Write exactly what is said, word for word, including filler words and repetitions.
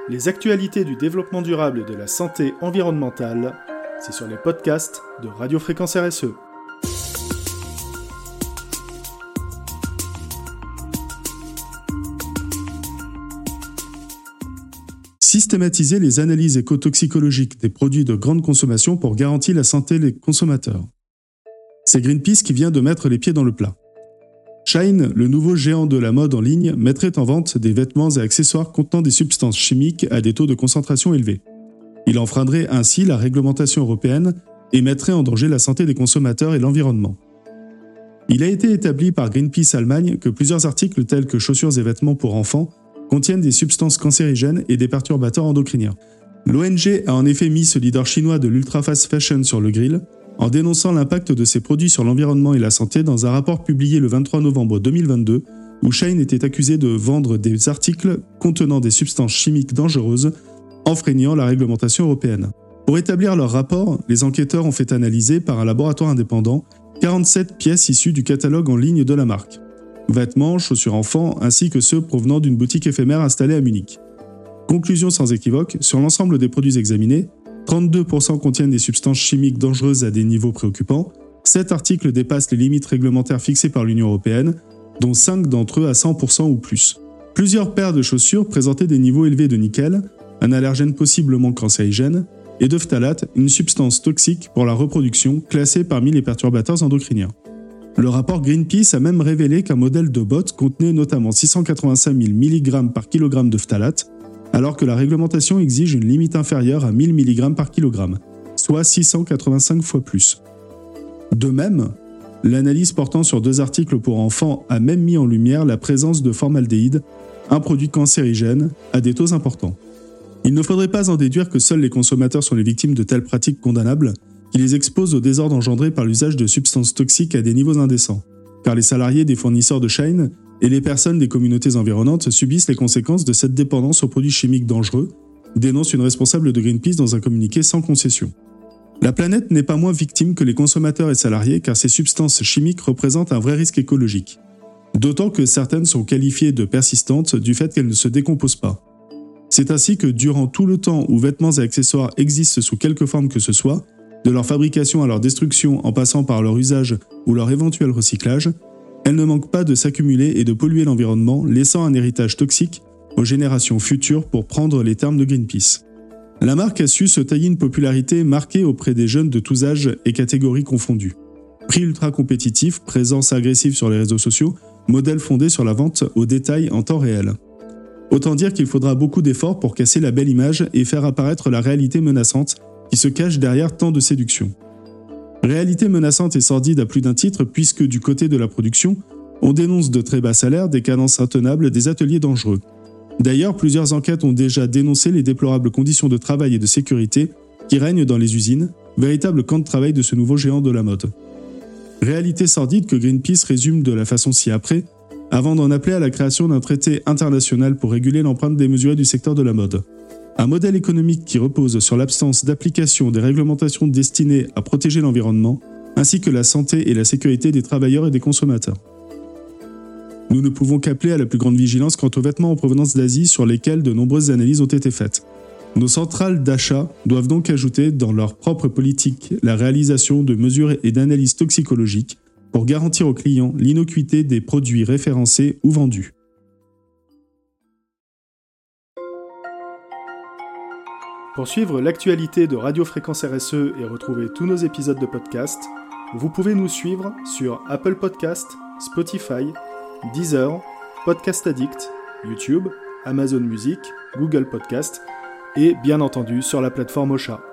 Les actualités du développement durable et de la santé environnementale, c'est sur les podcasts de Radio Fréquence R S E. Systématiser les analyses écotoxicologiques des produits de grande consommation pour garantir la santé des consommateurs. C'est Greenpeace qui vient de mettre les pieds dans le plat. Shein, le nouveau géant de la mode en ligne, mettrait en vente des vêtements et accessoires contenant des substances chimiques à des taux de concentration élevés. Il enfreindrait ainsi la réglementation européenne et mettrait en danger la santé des consommateurs et l'environnement. Il a été établi par Greenpeace Allemagne que plusieurs articles tels que chaussures et vêtements pour enfants contiennent des substances cancérigènes et des perturbateurs endocriniens. L'O N G a en effet mis ce leader chinois de l'ultra-fast fashion sur le grill, en dénonçant l'impact de ces produits sur l'environnement et la santé dans un rapport publié le vingt-trois novembre deux mille vingt-deux, où Shein était accusé de vendre des articles contenant des substances chimiques dangereuses, enfreignant la réglementation européenne. Pour établir leur rapport, les enquêteurs ont fait analyser par un laboratoire indépendant quarante-sept pièces issues du catalogue en ligne de la marque. Vêtements, chaussures enfants, ainsi que ceux provenant d'une boutique éphémère installée à Munich. Conclusion sans équivoque, sur l'ensemble des produits examinés, trente-deux pour cent contiennent des substances chimiques dangereuses à des niveaux préoccupants, sept articles dépassent les limites réglementaires fixées par l'Union européenne, dont cinq d'entre eux à cent pour cent ou plus. Plusieurs paires de chaussures présentaient des niveaux élevés de nickel, un allergène possiblement cancérigène, et de phtalate, une substance toxique pour la reproduction classée parmi les perturbateurs endocriniens. Le rapport Greenpeace a même révélé qu'un modèle de botte contenait notamment six cent quatre-vingt-cinq mille milligrammes par kilogramme de phtalate, alors que la réglementation exige une limite inférieure à mille milligrammes par kilogramme, soit six cent quatre-vingt-cinq fois plus. De même, l'analyse portant sur deux articles pour enfants a même mis en lumière la présence de formaldéhyde, un produit cancérigène, à des taux importants. Il ne faudrait pas en déduire que seuls les consommateurs sont les victimes de telles pratiques condamnables, qui les exposent au désordre engendré par l'usage de substances toxiques à des niveaux indécents, car les salariés des fournisseurs de Shein et les personnes des communautés environnantes subissent les conséquences de cette dépendance aux produits chimiques dangereux, dénonce une responsable de Greenpeace dans un communiqué sans concession. La planète n'est pas moins victime que les consommateurs et salariés car ces substances chimiques représentent un vrai risque écologique. D'autant que certaines sont qualifiées de persistantes du fait qu'elles ne se décomposent pas. C'est ainsi que durant tout le temps où vêtements et accessoires existent sous quelque forme que ce soit, de leur fabrication à leur destruction en passant par leur usage ou leur éventuel recyclage, elles ne manquent pas de s'accumuler et de polluer l'environnement, laissant un héritage toxique aux générations futures pour prendre les termes de Greenpeace. La marque a su se tailler une popularité marquée auprès des jeunes de tous âges et catégories confondues. Prix ultra compétitif, présence agressive sur les réseaux sociaux, modèle fondé sur la vente au détail en temps réel. Autant dire qu'il faudra beaucoup d'efforts pour casser la belle image et faire apparaître la réalité menaçante qui se cache derrière tant de séduction. Réalité menaçante et sordide à plus d'un titre puisque du côté de la production, on dénonce de très bas salaires, des cadences intenables, des ateliers dangereux. D'ailleurs, plusieurs enquêtes ont déjà dénoncé les déplorables conditions de travail et de sécurité qui règnent dans les usines, véritable camp de travail de ce nouveau géant de la mode. Réalité sordide que Greenpeace résume de la façon ci-après, avant d'en appeler à la création d'un traité international pour réguler l'empreinte démesurée du secteur de la mode. Un modèle économique qui repose sur l'absence d'application des réglementations destinées à protéger l'environnement, ainsi que la santé et la sécurité des travailleurs et des consommateurs. Nous ne pouvons qu'appeler à la plus grande vigilance quant aux vêtements en provenance d'Asie sur lesquels de nombreuses analyses ont été faites. Nos centrales d'achat doivent donc ajouter dans leur propre politique la réalisation de mesures et d'analyses toxicologiques pour garantir aux clients l'innocuité des produits référencés ou vendus. Pour suivre l'actualité de Radio Fréquence R S E et retrouver tous nos épisodes de podcast, vous pouvez nous suivre sur Apple Podcast, Spotify, Deezer, Podcast Addict, YouTube, Amazon Music, Google Podcast et bien entendu sur la plateforme Ocha.